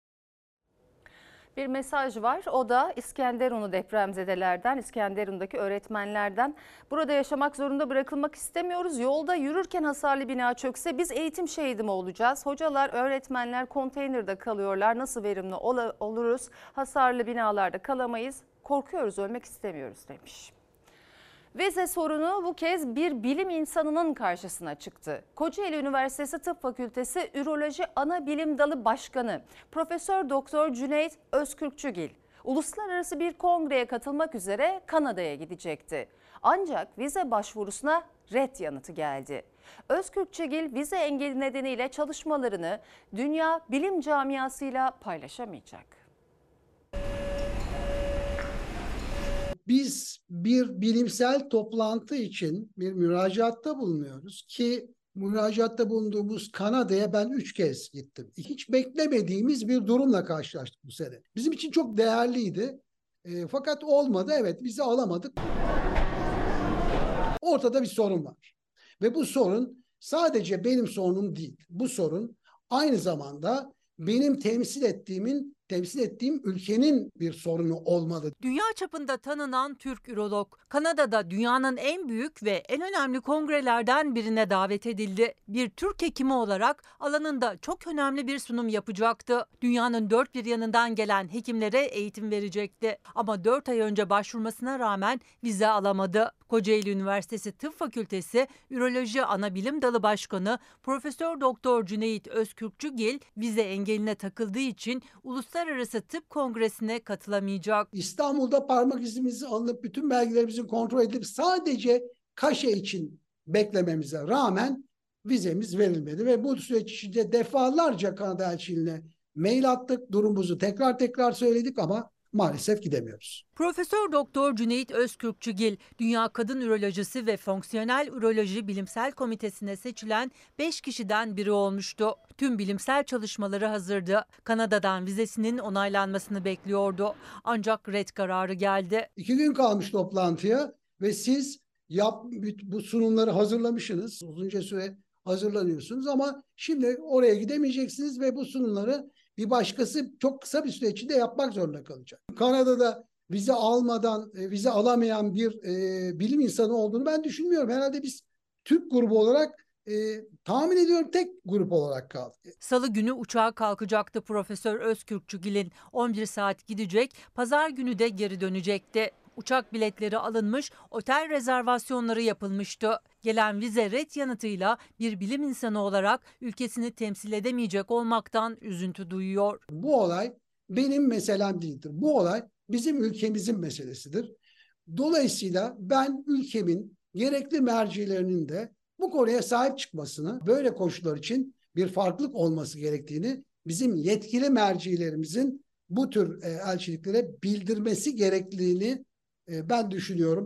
Bir mesaj var. O da İskenderunlu depremzedelerden, İskenderun'daki öğretmenlerden. Burada yaşamak zorunda bırakılmak istemiyoruz. Yolda yürürken hasarlı bina çökse biz eğitim şehidi mi olacağız? Hocalar, öğretmenler konteynerde kalıyorlar. Nasıl verimli oluruz? Hasarlı binalarda kalamayız. Korkuyoruz, ölmek istemiyoruz demiş. Vize sorunu bu kez bir bilim insanının karşısına çıktı. Kocaeli Üniversitesi Tıp Fakültesi Üroloji Anabilim Dalı Başkanı Profesör Doktor Cüneyt Özkürkçügil uluslararası bir kongreye katılmak üzere Kanada'ya gidecekti. Ancak vize başvurusuna ret yanıtı geldi. Özkürkçügil vize engeli nedeniyle çalışmalarını dünya bilim camiasıyla paylaşamayacak. Biz bir bilimsel toplantı için bir müracaatta bulunuyoruz ki müracaatta bulunduğumuz Kanada'ya ben 3 kez gittim. Hiç beklemediğimiz bir durumla karşılaştık bu sene. Bizim için çok değerliydi. Fakat olmadı. Evet, bizi alamadık. Ortada bir sorun var. Ve bu sorun sadece benim sorunum değil. Bu sorun aynı zamanda benim temsil ettiğim ülkenin bir sorunu olmalı. Dünya çapında tanınan Türk ürolog, Kanada'da dünyanın en büyük ve en önemli kongrelerden birine davet edildi. Bir Türk hekimi olarak alanında çok önemli bir sunum yapacaktı. Dünyanın dört bir yanından gelen hekimlere eğitim verecekti. Ama 4 ay önce başvurmasına rağmen vize alamadı. Kocaeli Üniversitesi Tıp Fakültesi Üroloji Anabilim Dalı Başkanı Profesör Doktor Cüneyt Özkürkçügil vize engeline takıldığı için Uluslararası Tıp Kongresi'ne katılamayacak. İstanbul'da parmak izimizi alınıp bütün belgelerimizin kontrol edilip sadece kaşe için beklememize rağmen vizemiz verilmedi ve bu süreç içinde defalarca Kanada elçiliğine mail attık, durumumuzu tekrar söyledik ama maalesef gidemiyoruz. Profesör Doktor Cüneyt Özkürkçügil, Dünya Kadın Ürolojisi ve Fonksiyonel Üroloji Bilimsel Komitesi'ne seçilen 5 kişiden biri olmuştu. Tüm bilimsel çalışmaları hazırdı. Kanada'dan vizesinin onaylanmasını bekliyordu. Ancak ret kararı geldi. 2 gün kalmış toplantıya ve siz bu sunumları hazırlamışsınız. Uzunca süre hazırlanıyorsunuz ama şimdi oraya gidemeyeceksiniz ve bu sunumları bir başkası çok kısa bir süre içinde yapmak zorunda kalacak. Kanada'da vize alamayan bir bilim insanı olduğunu ben düşünmüyorum. Herhalde biz Türk grubu olarak tahmin ediyorum tek grup olarak kaldık. Salı günü uçağa kalkacaktı Profesör Özkürkçügil'in. 11 saat gidecek, pazar günü de geri dönecekti. Uçak biletleri alınmış, otel rezervasyonları yapılmıştı. Gelen vize ret yanıtıyla bir bilim insanı olarak ülkesini temsil edemeyecek olmaktan üzüntü duyuyor. Bu olay benim meselem değildir. Bu olay bizim ülkemizin meselesidir. Dolayısıyla ben ülkemin gerekli mercilerinin de bu konuya sahip çıkmasını, böyle koşullar için bir farklılık olması gerektiğini, bizim yetkili mercilerimizin bu tür elçiliklere bildirmesi gerekliliğini ben düşünüyorum.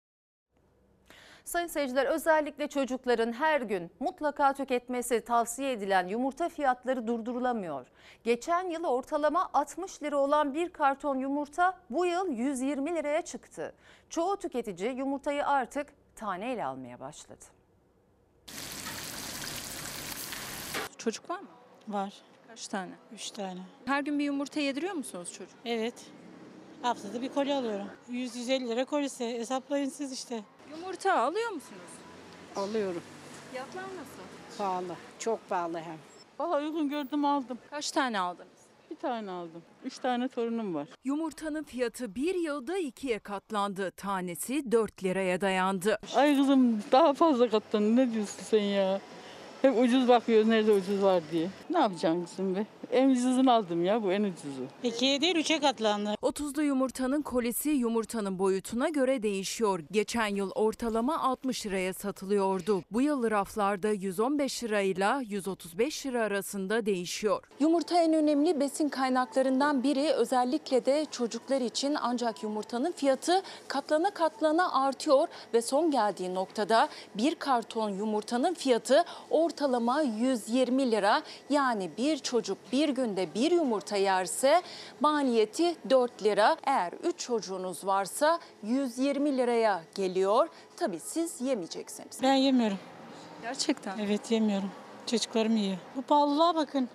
Sayın seyirciler, özellikle çocukların her gün mutlaka tüketmesi tavsiye edilen yumurta fiyatları durdurulamıyor. Geçen yıl ortalama 60 lira olan bir karton yumurta bu yıl 120 liraya çıktı. Çoğu tüketici yumurtayı artık taneyle almaya başladı. Çocuk var mı? Var. Kaç tane? 3 tane. Her gün bir yumurta yediriyor musunuz çocuk? Evet. Haftada bir koli alıyorum. 100-150 lira kolisi. Hesaplayın siz işte. Yumurta alıyor musunuz? Alıyorum. Fiyatlar nasıl? Pahalı. Çok pahalı hem. Valla uygun gördüm aldım. Kaç tane aldınız? Bir tane aldım. 3 tane torunum var. Yumurtanın fiyatı bir yılda 2'ye katlandı. Tanesi 4 liraya dayandı. Ay kızım daha fazla katlandı. Ne diyorsun sen ya? Hep ucuz bakıyoruz nerede ucuz var diye. Ne yapacaksın kızım be? En ucuzunu aldım ya, bu en ucuzu. 2'ye değil 3'e katlandı. 30'lu yumurtanın kolisi yumurtanın boyutuna göre değişiyor. Geçen yıl ortalama 60 liraya satılıyordu. Bu yıl raflarda 115 lirayla 135 lira arasında değişiyor. Yumurta en önemli besin kaynaklarından biri, özellikle de çocuklar için, ancak yumurtanın fiyatı katlana katlana artıyor ve son geldiği noktada bir karton yumurtanın fiyatı ortalama 120 lira. Yani bir çocuk bir günde bir yumurta yerse maliyeti 4 lira. Eğer 3 çocuğunuz varsa 120 liraya geliyor. Tabii siz yemeyeceksiniz. Ben yemiyorum. Gerçekten? Evet yemiyorum. Çocuklarım yiyor. Bu pahalılığa bakın.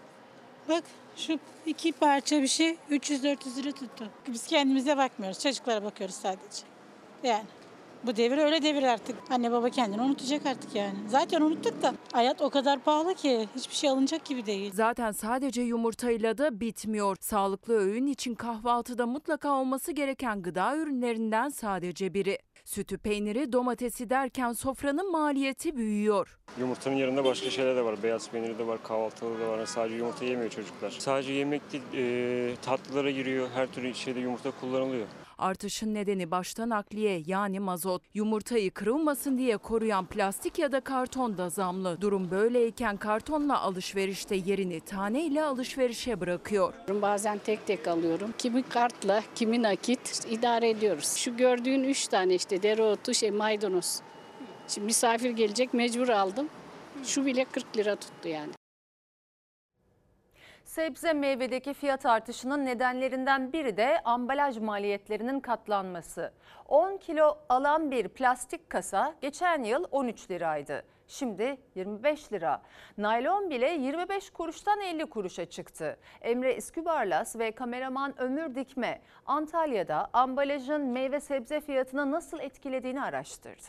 Bak şu 2 parça bir şey 300-400 lira tuttu. Biz kendimize bakmıyoruz. Çocuklara bakıyoruz sadece. Yani. Bu devir öyle devir artık. Anne baba kendini unutacak artık yani. Zaten unuttuk da hayat o kadar pahalı ki hiçbir şey alınacak gibi değil. Zaten sadece yumurtayla da bitmiyor. Sağlıklı öğün için kahvaltıda mutlaka olması gereken gıda ürünlerinden sadece biri. Sütü, peyniri, domatesi derken sofranın maliyeti büyüyor. Yumurtanın yanında başka şeyler de var. Beyaz peyniri de var, kahvaltıda da var. Sadece yumurta yemiyor çocuklar. Sadece yemek değil, tatlılara giriyor. Her türlü şeyde yumurta kullanılıyor. Artışın nedeni başta nakliye, yani mazot. Yumurtayı kırılmasın diye koruyan plastik ya da karton da zamlı. Durum böyleyken kartonla alışverişte yerini taneyle alışverişe bırakıyor. Bazen tek tek alıyorum. Kimi kartla, kimi nakit idare ediyoruz. Şu gördüğün 3 tane işte dereotu, maydanoz. Şimdi misafir gelecek, mecbur aldım. Şu bile 40 lira tuttu yani. Sebze meyvedeki fiyat artışının nedenlerinden biri de ambalaj maliyetlerinin katlanması. 10 kilo alan bir plastik kasa geçen yıl 13 liraydı. Şimdi 25 lira. Naylon bile 25 kuruştan 50 kuruşa çıktı. Emre İskübarlas ve kameraman Ömür Dikme Antalya'da ambalajın meyve sebze fiyatını nasıl etkilediğini araştırdı.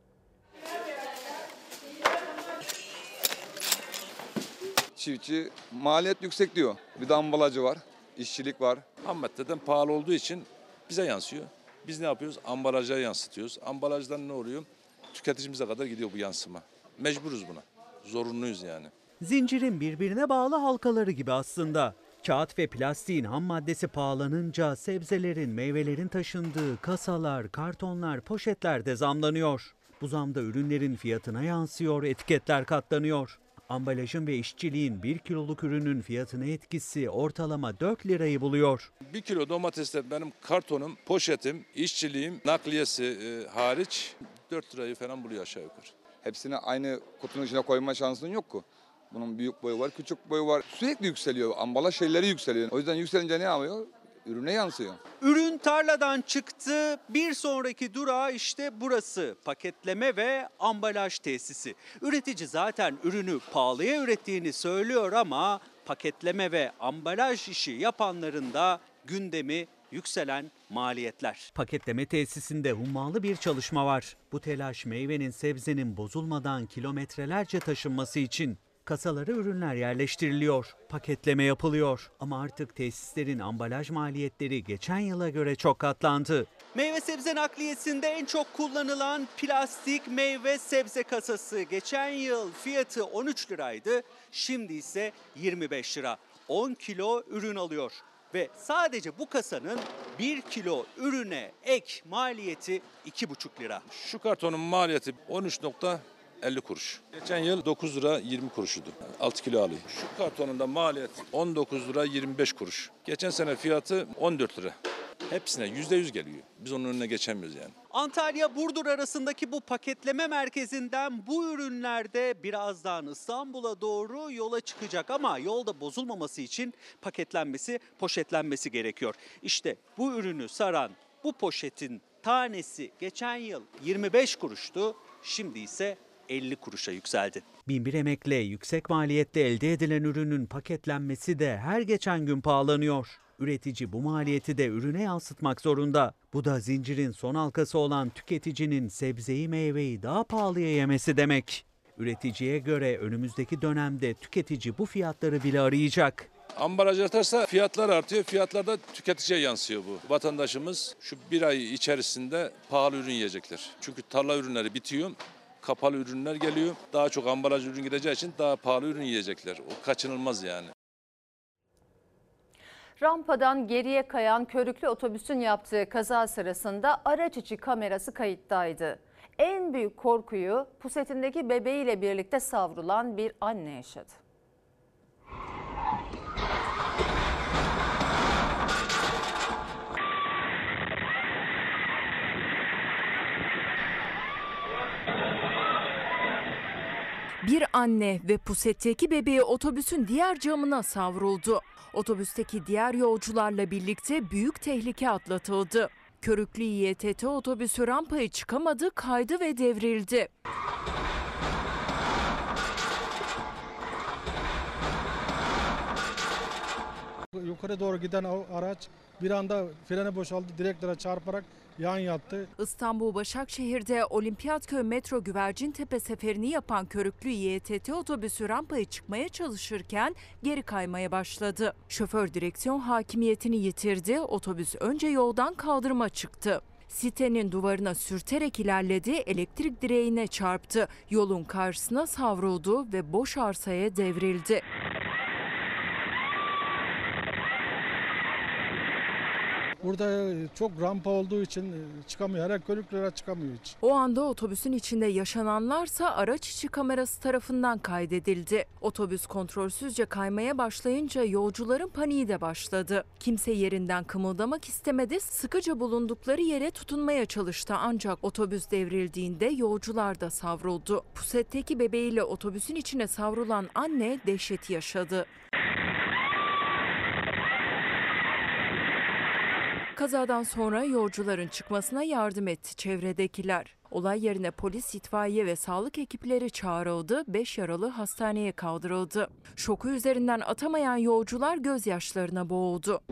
Çiftçi maliyet yüksek diyor. Bir de ambalajı var, işçilik var. Ham maddeden pahalı olduğu için bize yansıyor. Biz ne yapıyoruz? Ambalaja yansıtıyoruz. Ambalajdan ne oluyor? Tüketicimize kadar gidiyor bu yansıma. Mecburuz buna. Zorunluyuz yani. Zincirin birbirine bağlı halkaları gibi aslında. Kağıt ve plastiğin ham maddesi pahalanınca sebzelerin, meyvelerin taşındığı kasalar, kartonlar, poşetler de zamlanıyor. Bu zam da ürünlerin fiyatına yansıyor, etiketler katlanıyor. Ambalajın ve işçiliğin 1 kiloluk ürünün fiyatına etkisi ortalama 4 lirayı buluyor. 1 kilo domatesler benim kartonum, poşetim, işçiliğim, nakliyesi hariç 4 lirayı falan buluyor aşağı yukarı. Hepsini aynı kutunun içine koyma şansın yok ki. Bunun büyük boyu var, küçük boyu var. Sürekli yükseliyor. Ambalaj şeyleri yükseliyor. O yüzden yükselince ne yapıyor? Ürüne yansıyor. Ürün tarladan çıktı. Bir sonraki durağı işte burası. Paketleme ve ambalaj tesisi. Üretici zaten ürünü pahalıya ürettiğini söylüyor ama paketleme ve ambalaj işi yapanların da gündemi yükselen maliyetler. Paketleme tesisinde hummalı bir çalışma var. Bu telaş meyvenin, sebzenin bozulmadan kilometrelerce taşınması için. Kasalara ürünler yerleştiriliyor, paketleme yapılıyor. Ama artık tesislerin ambalaj maliyetleri geçen yıla göre çok katlandı. Meyve sebze nakliyesinde en çok kullanılan plastik meyve sebze kasası. Geçen yıl fiyatı 13 liraydı, şimdi ise 25 lira. 10 kilo ürün alıyor. Ve sadece bu kasanın 1 kilo ürüne ek maliyeti 2,5 lira. Şu kartonun maliyeti 13,50 kuruş. Geçen yıl 9 lira 20 kuruşuydu. 6 kilo alıyor. Şu kartonun da maliyeti 19 lira 25 kuruş. Geçen sene fiyatı 14 lira. Hepsine %100 geliyor. Biz onun önüne geçemiyoruz yani. Antalya-Burdur arasındaki bu paketleme merkezinden bu ürünler de birazdan İstanbul'a doğru yola çıkacak. Ama yolda bozulmaması için paketlenmesi, poşetlenmesi gerekiyor. İşte bu ürünü saran bu poşetin tanesi geçen yıl 25 kuruştu, şimdi ise 50 kuruşa yükseldi. Binbir emekle yüksek maliyette elde edilen ürünün paketlenmesi de her geçen gün pahalanıyor. Üretici bu maliyeti de ürüne yansıtmak zorunda. Bu da zincirin son halkası olan tüketicinin sebzeyi meyveyi daha pahalıya yemesi demek. Üreticiye göre önümüzdeki dönemde tüketici bu fiyatları bile arayacak. Ambalaj artarsa fiyatlar artıyor. Fiyatlar da tüketiciye yansıyor bu. Vatandaşımız şu bir ay içerisinde pahalı ürün yiyecekler. Çünkü tarla ürünleri bitiyor. Kapalı ürünler geliyor. Daha çok ambalaj ürün gideceği için daha pahalı ürün yiyecekler. O kaçınılmaz yani. Rampadan geriye kayan körüklü otobüsün yaptığı kaza sırasında araç içi kamerası kayıttaydı. En büyük korkuyu pusetindeki bebeğiyle birlikte savrulan bir anne yaşadı. Bir anne ve pusetteki bebeği otobüsün diğer camına savruldu. Otobüsteki diğer yolcularla birlikte büyük tehlike atlatıldı. Körüklü İETT otobüsü rampayı çıkamadı, kaydı ve devrildi. Yukarı doğru giden araç bir anda freni boşaldı, direklere çarparak yan yattı. İstanbul Başakşehir'de Olimpiyatköy metro Güvercintepe seferini yapan körüklü İETT otobüsü rampayı çıkmaya çalışırken geri kaymaya başladı. Şoför direksiyon hakimiyetini yitirdi, otobüs önce yoldan kaldırıma çıktı. Sitenin duvarına sürterek ilerledi, elektrik direğine çarptı, yolun karşısına savruldu ve boş arsaya devrildi. Burada çok rampa olduğu için çıkamıyor. Her körüklere çıkamıyor hiç. O anda otobüsün içinde yaşananlarsa araç içi kamerası tarafından kaydedildi. Otobüs kontrolsüzce kaymaya başlayınca yolcuların paniği de başladı. Kimse yerinden kımıldamak istemedi, sıkıca bulundukları yere tutunmaya çalıştı ancak otobüs devrildiğinde yolcular da savruldu. Pusetteki bebeğiyle otobüsün içine savrulan anne dehşeti yaşadı. Kazadan sonra yolcuların çıkmasına yardım etti çevredekiler. Olay yerine polis, itfaiye ve sağlık ekipleri çağrıldı, 5 yaralı hastaneye kaldırıldı. Şoku üzerinden atamayan yolcular gözyaşlarına boğuldu.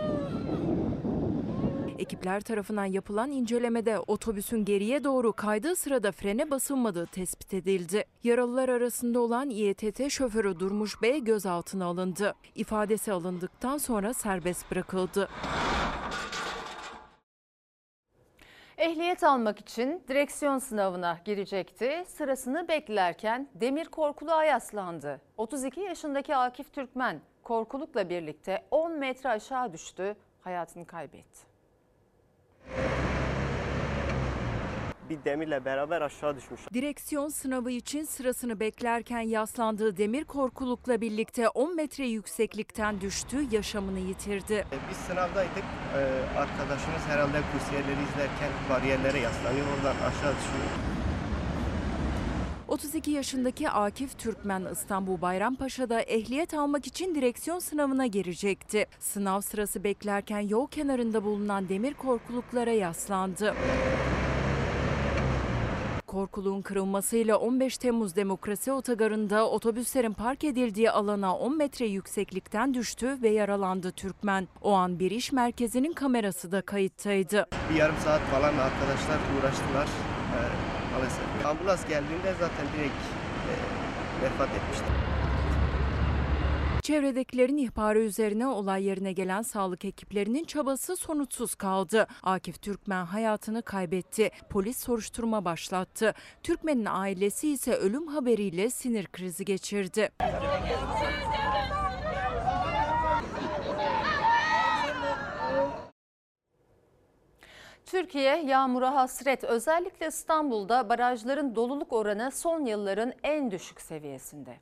Ekipler tarafından yapılan incelemede otobüsün geriye doğru kaydığı sırada frene basılmadığı tespit edildi. Yaralılar arasında olan İETT şoförü Durmuş Bey gözaltına alındı. İfadesi alındıktan sonra serbest bırakıldı. Ehliyet almak için direksiyon sınavına girecekti. Sırasını beklerken demir korkuluğa yaslandı. 32 yaşındaki Akif Türkmen korkulukla birlikte 10 metre aşağı düştü, hayatını kaybetti. Bir demirle beraber aşağı düşmüş. Direksiyon sınavı için sırasını beklerken yaslandığı demir korkulukla birlikte 10 metre yükseklikten düştü, yaşamını yitirdi. Biz sınavdaydık. Arkadaşımız herhalde kursiyerleri izlerken bariyerlere yaslanıyor, oradan aşağı düşüyor. 32 yaşındaki Akif Türkmen İstanbul Bayrampaşa'da ehliyet almak için direksiyon sınavına girecekti. Sınav sırası beklerken yol kenarında bulunan demir korkuluklara yaslandı. Korkuluğun kırılmasıyla 15 Temmuz Demokrasi Otogarı'nda otobüslerin park edildiği alana 10 metre yükseklikten düştü ve yaralandı Türkmen. O an bir iş merkezinin kamerası da kayıttaydı. Bir yarım saat falan arkadaşlar uğraştılar. Maalesef. Ambulans geldiğinde zaten direkt vefat etmişti. Çevredekilerin ihbarı üzerine olay yerine gelen sağlık ekiplerinin çabası sonuçsuz kaldı. Akif Türkmen hayatını kaybetti. Polis soruşturma başlattı. Türkmen'in ailesi ise ölüm haberiyle sinir krizi geçirdi. Türkiye yağmura hasret. Özellikle İstanbul'da barajların doluluk oranı son yılların en düşük seviyesinde.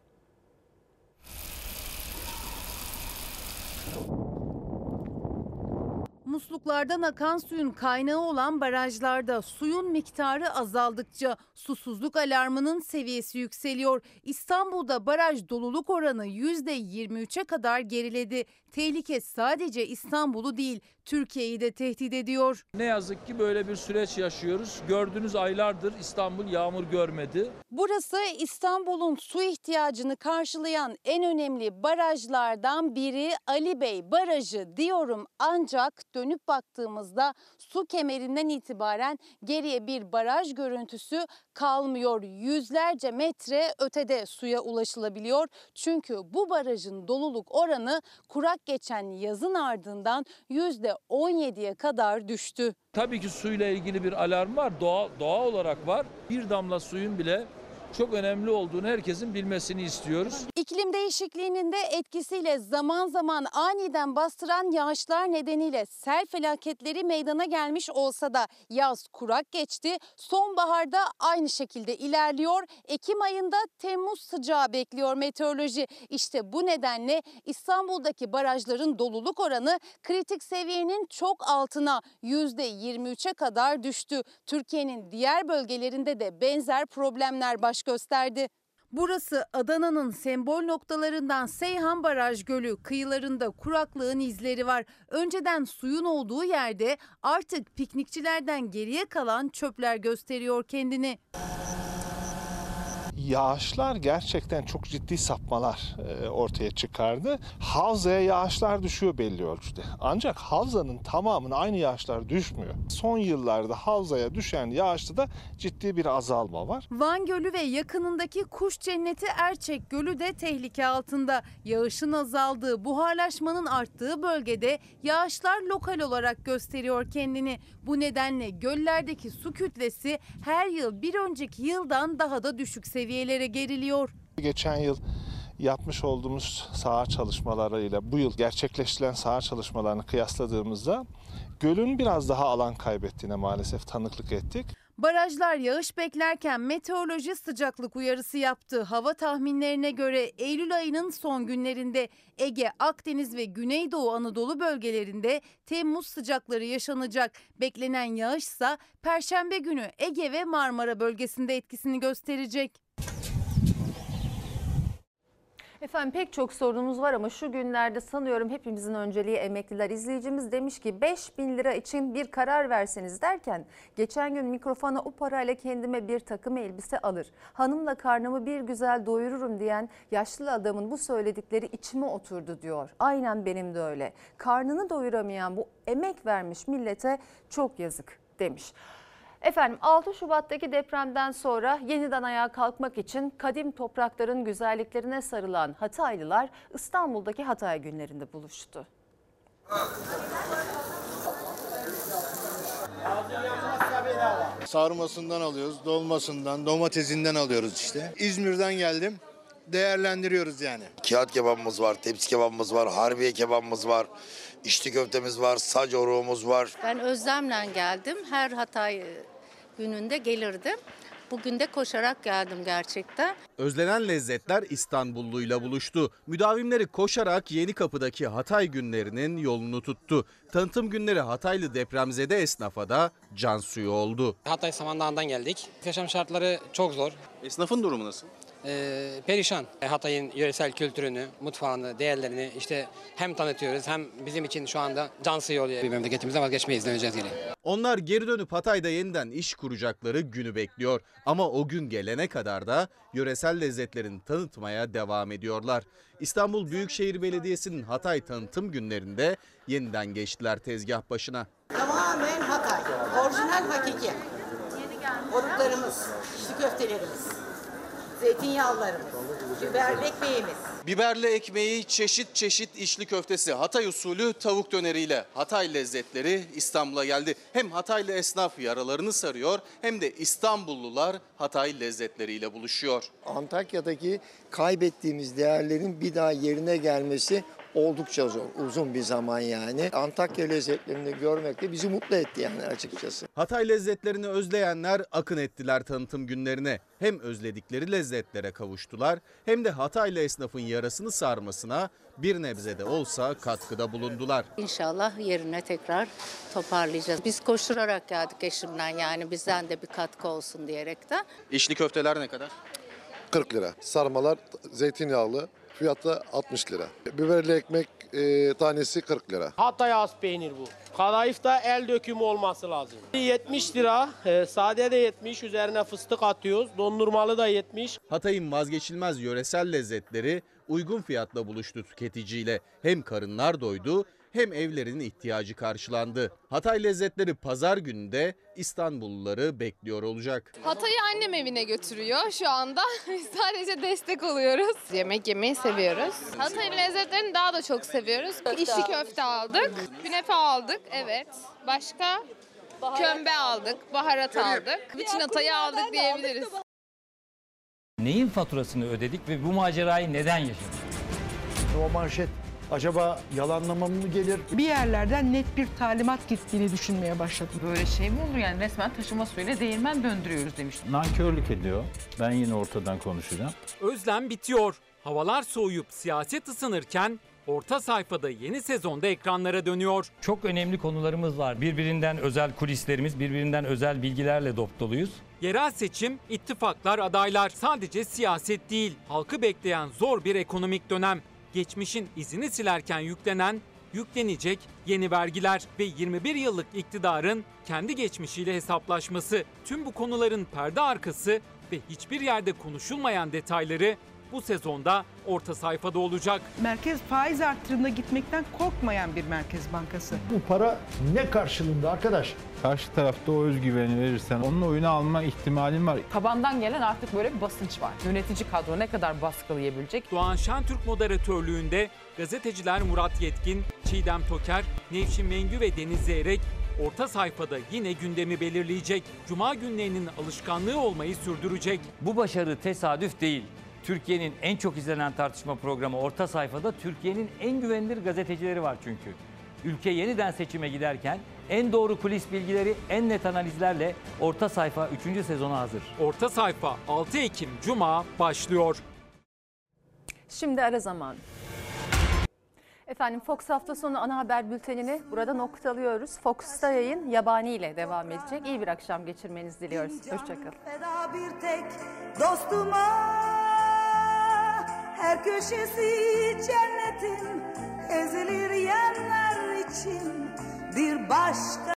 Musluklardan akan suyun kaynağı olan barajlarda suyun miktarı azaldıkça susuzluk alarmının seviyesi yükseliyor. İstanbul'da baraj doluluk oranı %23'e kadar geriledi. Tehlike sadece İstanbul'u değil, Türkiye'yi de tehdit ediyor. Ne yazık ki böyle bir süreç yaşıyoruz. Gördüğünüz aylardır İstanbul yağmur görmedi. Burası İstanbul'un su ihtiyacını karşılayan en önemli barajlardan biri Ali Bey Barajı diyorum. Ancak dönüp baktığımızda su kemerinden itibaren geriye bir baraj görüntüsü kalmıyor. Yüzlerce metre ötede suya ulaşılabiliyor. Çünkü bu barajın doluluk oranı kurak geçen yazın ardından %17'ye kadar düştü. Tabii ki suyla ilgili bir alarm var. Doğa olarak var. Bir damla suyun bile çok önemli olduğunu herkesin bilmesini istiyoruz. İklim değişikliğinin de etkisiyle zaman zaman aniden bastıran yağışlar nedeniyle sel felaketleri meydana gelmiş olsa da yaz kurak geçti. Sonbaharda aynı şekilde ilerliyor. Ekim ayında Temmuz sıcağı bekliyor meteoroloji. İşte bu nedenle İstanbul'daki barajların doluluk oranı kritik seviyenin çok altına %23'e kadar düştü. Türkiye'nin diğer bölgelerinde de benzer problemler baş gösterdi. Burası Adana'nın sembol noktalarından Seyhan Baraj Gölü. Kıyılarında kuraklığın izleri var. Önceden suyun olduğu yerde artık piknikçilerden geriye kalan çöpler gösteriyor kendini. Yağışlar gerçekten çok ciddi sapmalar ortaya çıkardı. Havzaya yağışlar düşüyor belli ölçüde. Ancak havzanın tamamına aynı yağışlar düşmüyor. Son yıllarda havzaya düşen yağışta da ciddi bir azalma var. Van Gölü ve yakınındaki kuş cenneti Erçek Gölü de tehlike altında. Yağışın azaldığı, buharlaşmanın arttığı bölgede yağışlar lokal olarak gösteriyor kendini. Bu nedenle göllerdeki su kütlesi her yıl bir önceki yıldan daha da düşük seviyelere geriliyor. Geçen yıl yapmış olduğumuz saha çalışmalarıyla bu yıl gerçekleştirilen saha çalışmalarını kıyasladığımızda gölün biraz daha alan kaybettiğine maalesef tanıklık ettik. Barajlar yağış beklerken meteoroloji sıcaklık uyarısı yaptı. Hava tahminlerine göre Eylül ayının son günlerinde Ege, Akdeniz ve Güneydoğu Anadolu bölgelerinde Temmuz sıcakları yaşanacak. Beklenen yağışsa Perşembe günü Ege ve Marmara bölgesinde etkisini gösterecek. Efendim pek çok sorunumuz var ama şu günlerde sanıyorum hepimizin önceliği emekliler. İzleyicimiz demiş ki 5.000 lira için bir karar verseniz derken geçen gün mikrofona o parayla kendime bir takım elbise alır. Hanımla karnımı bir güzel doyururum diyen yaşlı adamın bu söyledikleri içime oturdu diyor. Aynen benim de öyle. Karnını doyuramayan bu emek vermiş millete çok yazık demiş. Efendim 6 Şubat'taki depremden sonra yeniden ayağa kalkmak için kadim toprakların güzelliklerine sarılan Hataylılar İstanbul'daki Hatay günlerinde buluştu. Sarmasından alıyoruz, dolmasından, domatesinden alıyoruz işte. İzmir'den geldim, değerlendiriyoruz yani. Kağıt kebabımız var, tepsi kebabımız var, harbiye kebabımız var, içli köftemiz var, sac oruğumuz var. Ben Özlem'le geldim. Her Hatay gününde gelirdim. Bugün de koşarak geldim gerçekten. Özlenen lezzetler İstanbulluyla buluştu. Müdavimleri koşarak Yenikapı'daki Hatay günlerinin yolunu tuttu. Tanıtım günleri Hataylı depremzede esnafa da can suyu oldu. Hatay Samandağ'dan geldik. Yaşam şartları çok zor. Esnafın durumu nasıl? Perişan. Hatay'ın yöresel kültürünü, mutfağını, değerlerini işte hem tanıtıyoruz hem bizim için şu anda can suyu oluyor. Bir memleketimizden vazgeçmeyiz, döneceğiz geri. Onlar geri dönüp Hatay'da yeniden iş kuracakları günü bekliyor. Ama o gün gelene kadar da yöresel lezzetlerini tanıtmaya devam ediyorlar. İstanbul Büyükşehir Belediyesi'nin Hatay tanıtım günlerinde yeniden geçtiler tezgah başına. Tamamen Hatay, orijinal hakiki. Oruklarımız, içli köftelerimiz, zeytinyağlılarımız, biberli ekmeğimiz. Biberli ekmeği, çeşit çeşit içli köftesi, Hatay usulü tavuk döneriyle Hatay lezzetleri İstanbul'a geldi. Hem Hataylı esnaf yaralarını sarıyor hem de İstanbullular Hatay lezzetleriyle buluşuyor. Antakya'daki kaybettiğimiz değerlerin bir daha yerine gelmesi oldukça zor, uzun bir zaman yani. Antakya lezzetlerini görmek de bizi mutlu etti yani açıkçası. Hatay lezzetlerini özleyenler akın ettiler tanıtım günlerine. Hem özledikleri lezzetlere kavuştular hem de Hataylı esnafın yarasını sarmasına bir nebze de olsa katkıda bulundular. İnşallah yerine tekrar toparlayacağız. Biz koşturarak geldik eşimden, yani bizden de bir katkı olsun diyerek de. İçli köfteler ne kadar? 40 lira. Sarmalar zeytinyağlı. Fiyatı 60 lira. Biberli ekmek tanesi 40 lira. Hatay az peynir bu. Kadayıf da el dökümü olması lazım. 70 lira, sade de 70, üzerine fıstık atıyoruz. Dondurmalı da 70. Hatay'ın vazgeçilmez yöresel lezzetleri uygun fiyatla buluştu tüketiciyle. Hem karınlar doydu hem evlerin ihtiyacı karşılandı. Hatay lezzetleri pazar günü de İstanbulluları bekliyor olacak. Hatay'ı annem evine götürüyor şu anda. Biz sadece destek oluyoruz. Yemek yemeyi seviyoruz. Hatay'ın lezzetlerini daha da çok seviyoruz. İçli köfte aldık, künefe aldık, evet. Başka? Kömbe aldık, baharat aldık. Bütün Hatay'ı aldık diyebiliriz. Neyin faturasını ödedik ve bu macerayı neden yaşadık? O manşet acaba yalanlama mı gelir? Bir yerlerden net bir talimat gittiğini düşünmeye başladım. Böyle şey mi olur yani, resmen taşıma suyuyla değirmen döndürüyoruz demiş. Nankörlük ediyor. Ben yine ortadan konuşacağım. Özlem bitiyor. Havalar soğuyup siyaset ısınırken orta sayfada yeni sezonda ekranlara dönüyor. Çok önemli konularımız var. Birbirinden özel kulislerimiz, birbirinden özel bilgilerle dop doluyuz. Yerel seçim, ittifaklar, adaylar. Sadece siyaset değil, halkı bekleyen zor bir ekonomik dönem. Geçmişin izini silerken yüklenecek yeni vergiler ve 21 yıllık iktidarın kendi geçmişiyle hesaplaşması. Tüm bu konuların perde arkası ve hiçbir yerde konuşulmayan detayları bu sezonda orta sayfada olacak. Merkez faiz artırımına gitmekten korkmayan bir merkez bankası. Bu para ne karşılığında arkadaş? Karşı tarafta o özgüveni verirsen onun oyunu alma ihtimalin var. Tabandan gelen artık böyle bir basınç var. Yönetici kadro ne kadar baskılayabilecek? Doğan Şentürk moderatörlüğünde gazeteciler Murat Yetkin, Çiğdem Toker, Nevşin Mengü ve Deniz Zeyrek orta sayfada yine gündemi belirleyecek. Cuma günlerinin alışkanlığı olmayı sürdürecek. Bu başarı tesadüf değil. Türkiye'nin en çok izlenen tartışma programı Orta Sayfa'da Türkiye'nin en güvenilir gazetecileri var çünkü. Ülke yeniden seçime giderken en doğru kulis bilgileri, en net analizlerle Orta Sayfa 3. sezona hazır. Orta Sayfa 6 Ekim Cuma başlıyor. Şimdi ara zaman. Efendim Fox hafta sonu ana haber bültenini burada noktalıyoruz. Fox'ta yayın Yabani ile devam edecek. İyi bir akşam geçirmenizi diliyoruz. Hoşçakalın. Feda bir tek dostuma, her köşesi cennetin, ezilir yerler için bir başka